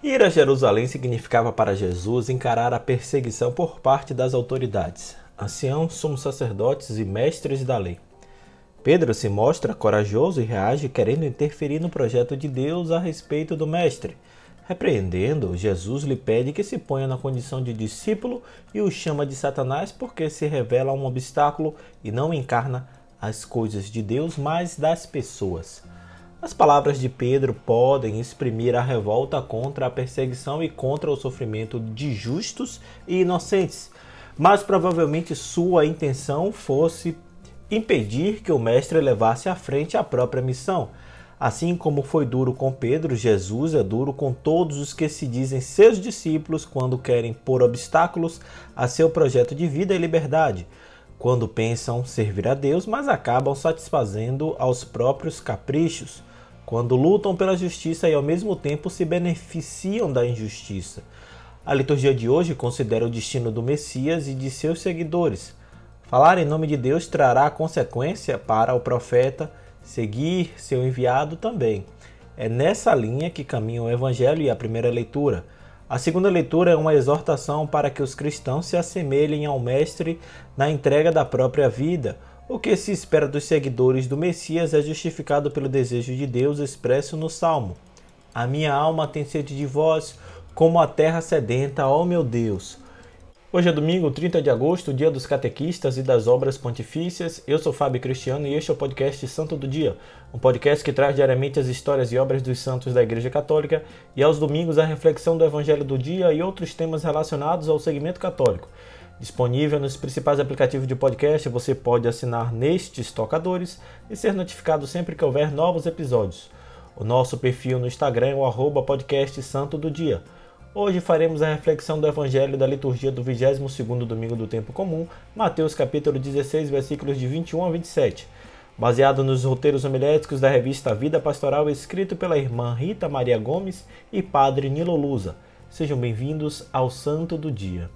Ir a Jerusalém significava para Jesus encarar a perseguição por parte das autoridades, anciãos, sumos sacerdotes e mestres da lei. Pedro se mostra corajoso e reage querendo interferir no projeto de Deus a respeito do mestre. Repreendendo, Jesus lhe pede que se ponha na condição de discípulo e o chama de Satanás porque se revela um obstáculo e não encarna as coisas de Deus, mas das pessoas. As palavras de Pedro podem exprimir a revolta contra a perseguição e contra o sofrimento de justos e inocentes, mas provavelmente sua intenção fosse impedir que o mestre levasse à frente a própria missão. Assim como foi duro com Pedro, Jesus é duro com todos os que se dizem seus discípulos quando querem pôr obstáculos a seu projeto de vida e liberdade, quando pensam servir a Deus, mas acabam satisfazendo aos próprios caprichos, quando lutam pela justiça e ao mesmo tempo se beneficiam da injustiça. A liturgia de hoje considera o destino do Messias e de seus seguidores. Falar em nome de Deus trará consequência para o profeta, seguir seu enviado também. É nessa linha que caminha o Evangelho e a primeira leitura. A segunda leitura é uma exortação para que os cristãos se assemelhem ao Mestre na entrega da própria vida. O que se espera dos seguidores do Messias é justificado pelo desejo de Deus expresso no Salmo. A minha alma tem sede de vós, como a terra sedenta, ó meu Deus. Hoje é domingo, 30 de agosto, dia dos catequistas e das obras pontifícias. Eu sou Fábio Cristiano e este é o podcast Santo do Dia, um podcast que traz diariamente as histórias e obras dos santos da Igreja Católica e aos domingos a reflexão do Evangelho do dia e outros temas relacionados ao segmento católico. Disponível nos principais aplicativos de podcast, você pode assinar nestes tocadores e ser notificado sempre que houver novos episódios. O nosso perfil no Instagram é o @podcast Santo do Dia. Hoje faremos a reflexão do Evangelho da liturgia do 22º domingo do tempo comum, Mateus capítulo 16, versículos de 21 a 27. Baseado nos roteiros homiléticos da revista Vida Pastoral, escrito pela irmã Rita Maria Gomes e padre Nilo Lusa. Sejam bem-vindos ao Santo do Dia.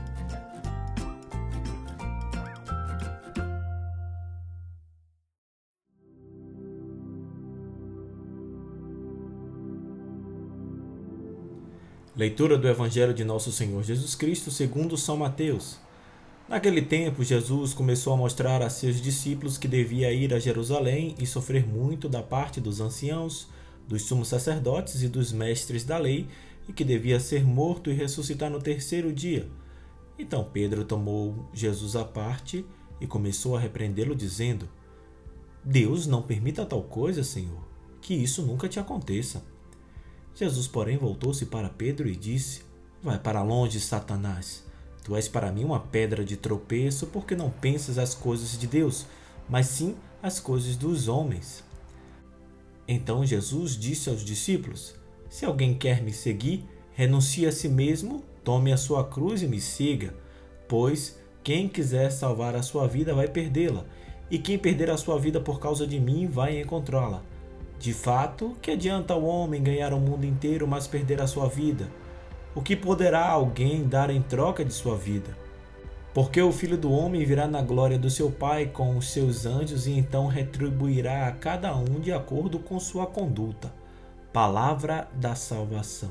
Leitura do Evangelho de Nosso Senhor Jesus Cristo segundo São Mateus. Naquele tempo, Jesus começou a mostrar a seus discípulos que devia ir a Jerusalém e sofrer muito da parte dos anciãos, dos sumos sacerdotes e dos mestres da lei, e que devia ser morto e ressuscitar no terceiro dia. Então Pedro tomou Jesus à parte e começou a repreendê-lo, dizendo: Deus não permita tal coisa, Senhor, que isso nunca te aconteça. Jesus, porém, voltou-se para Pedro e disse: Vai para longe, Satanás. Tu és para mim uma pedra de tropeço, porque não pensas as coisas de Deus, mas sim as coisas dos homens. Então Jesus disse aos discípulos: Se alguém quer me seguir, renuncie a si mesmo, tome a sua cruz e me siga. Pois quem quiser salvar a sua vida vai perdê-la, e quem perder a sua vida por causa de mim vai encontrá-la. De fato, que adianta o homem ganhar o mundo inteiro, mas perder a sua vida? O que poderá alguém dar em troca de sua vida? Porque o Filho do Homem virá na glória do seu Pai com os seus anjos e então retribuirá a cada um de acordo com sua conduta. Palavra da salvação.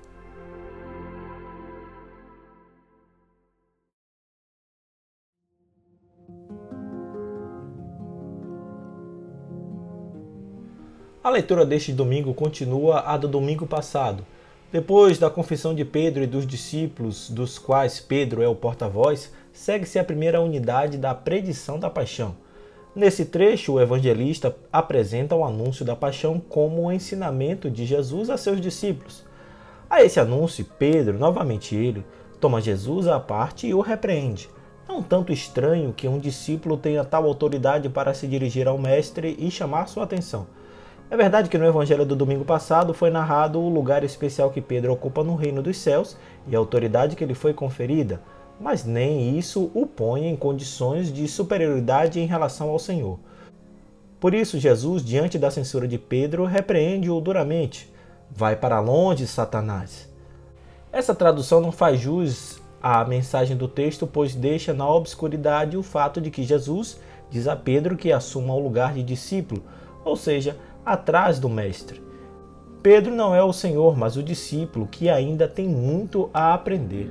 A leitura deste domingo continua a do domingo passado. Depois da confissão de Pedro e dos discípulos, dos quais Pedro é o porta-voz, segue-se a primeira unidade da predição da paixão. Nesse trecho, o evangelista apresenta o anúncio da paixão como um ensinamento de Jesus a seus discípulos. A esse anúncio, Pedro, novamente ele, toma Jesus à parte e o repreende. É um tanto estranho que um discípulo tenha tal autoridade para se dirigir ao mestre e chamar sua atenção. É verdade que no Evangelho do domingo passado foi narrado o lugar especial que Pedro ocupa no reino dos céus e a autoridade que lhe foi conferida, mas nem isso o põe em condições de superioridade em relação ao Senhor. Por isso, Jesus, diante da censura de Pedro, repreende-o duramente. Vai para longe, Satanás. Essa tradução não faz jus à mensagem do texto, pois deixa na obscuridade o fato de que Jesus diz a Pedro que assuma o lugar de discípulo, ou seja, atrás do mestre. Pedro não é o Senhor, mas o discípulo que ainda tem muito a aprender.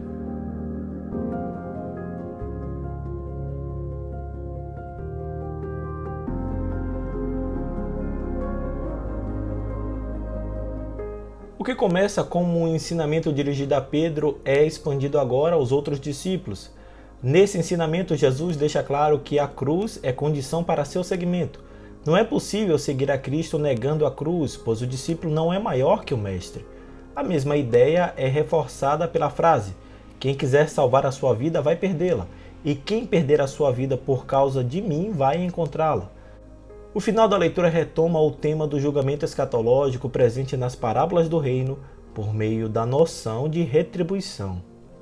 O que começa como um ensinamento dirigido a Pedro é expandido agora aos outros discípulos. Nesse ensinamento, Jesus deixa claro que a cruz é condição para seu seguimento. Não é possível seguir a Cristo negando a cruz, pois o discípulo não é maior que o mestre. A mesma ideia é reforçada pela frase: quem quiser salvar a sua vida vai perdê-la, e quem perder a sua vida por causa de mim vai encontrá-la. O final da leitura retoma o tema do julgamento escatológico presente nas parábolas do reino por meio da noção de retribuição.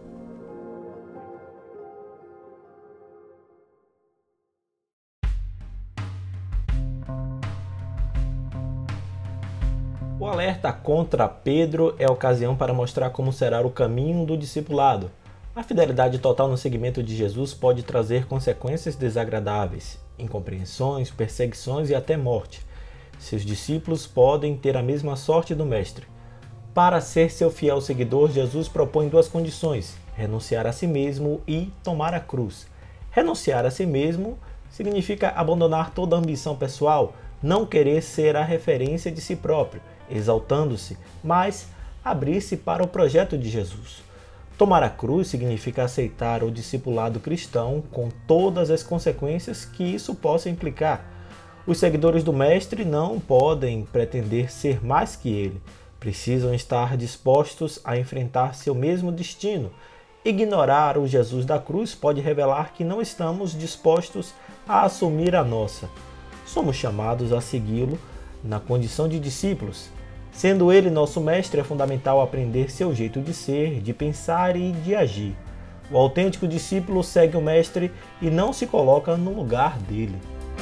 O alerta contra Pedro é a ocasião para mostrar como será o caminho do discipulado. A fidelidade total no seguimento de Jesus pode trazer consequências desagradáveis, incompreensões, perseguições e até morte. Seus discípulos podem ter a mesma sorte do Mestre. Para ser seu fiel seguidor, Jesus propõe duas condições: renunciar a si mesmo e tomar a cruz. Renunciar a si mesmo significa abandonar toda a ambição pessoal, não querer ser a referência de si próprio, exaltando-se, mas abrir-se para o projeto de Jesus. Tomar a cruz significa aceitar o discipulado cristão com todas as consequências que isso possa implicar. Os seguidores do Mestre não podem pretender ser mais que ele. Precisam estar dispostos a enfrentar seu mesmo destino. Ignorar o Jesus da cruz pode revelar que não estamos dispostos a assumir a nossa. Somos chamados a segui-lo na condição de discípulos. Sendo ele nosso mestre, é fundamental aprender seu jeito de ser, de pensar e de agir. O autêntico discípulo segue o mestre e não se coloca no lugar dele.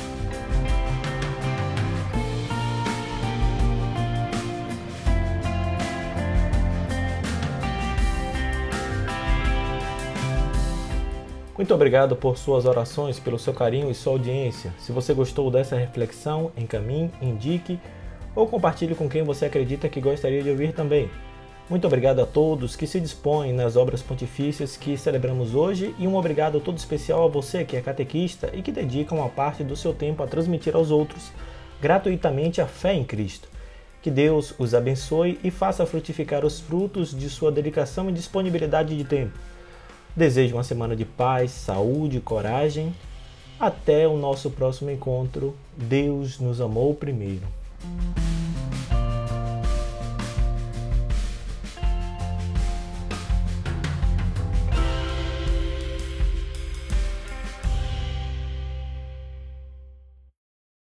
Muito obrigado por suas orações, pelo seu carinho e sua audiência. Se você gostou dessa reflexão, encaminhe, indique ou compartilhe com quem você acredita que gostaria de ouvir também. Muito obrigado a todos que se dispõem nas obras pontifícias que celebramos hoje e um obrigado todo especial a você que é catequista e que dedica uma parte do seu tempo a transmitir aos outros gratuitamente a fé em Cristo. Que Deus os abençoe e faça frutificar os frutos de sua dedicação e disponibilidade de tempo. Desejo uma semana de paz, saúde e coragem. Até o nosso próximo encontro. Deus nos amou primeiro.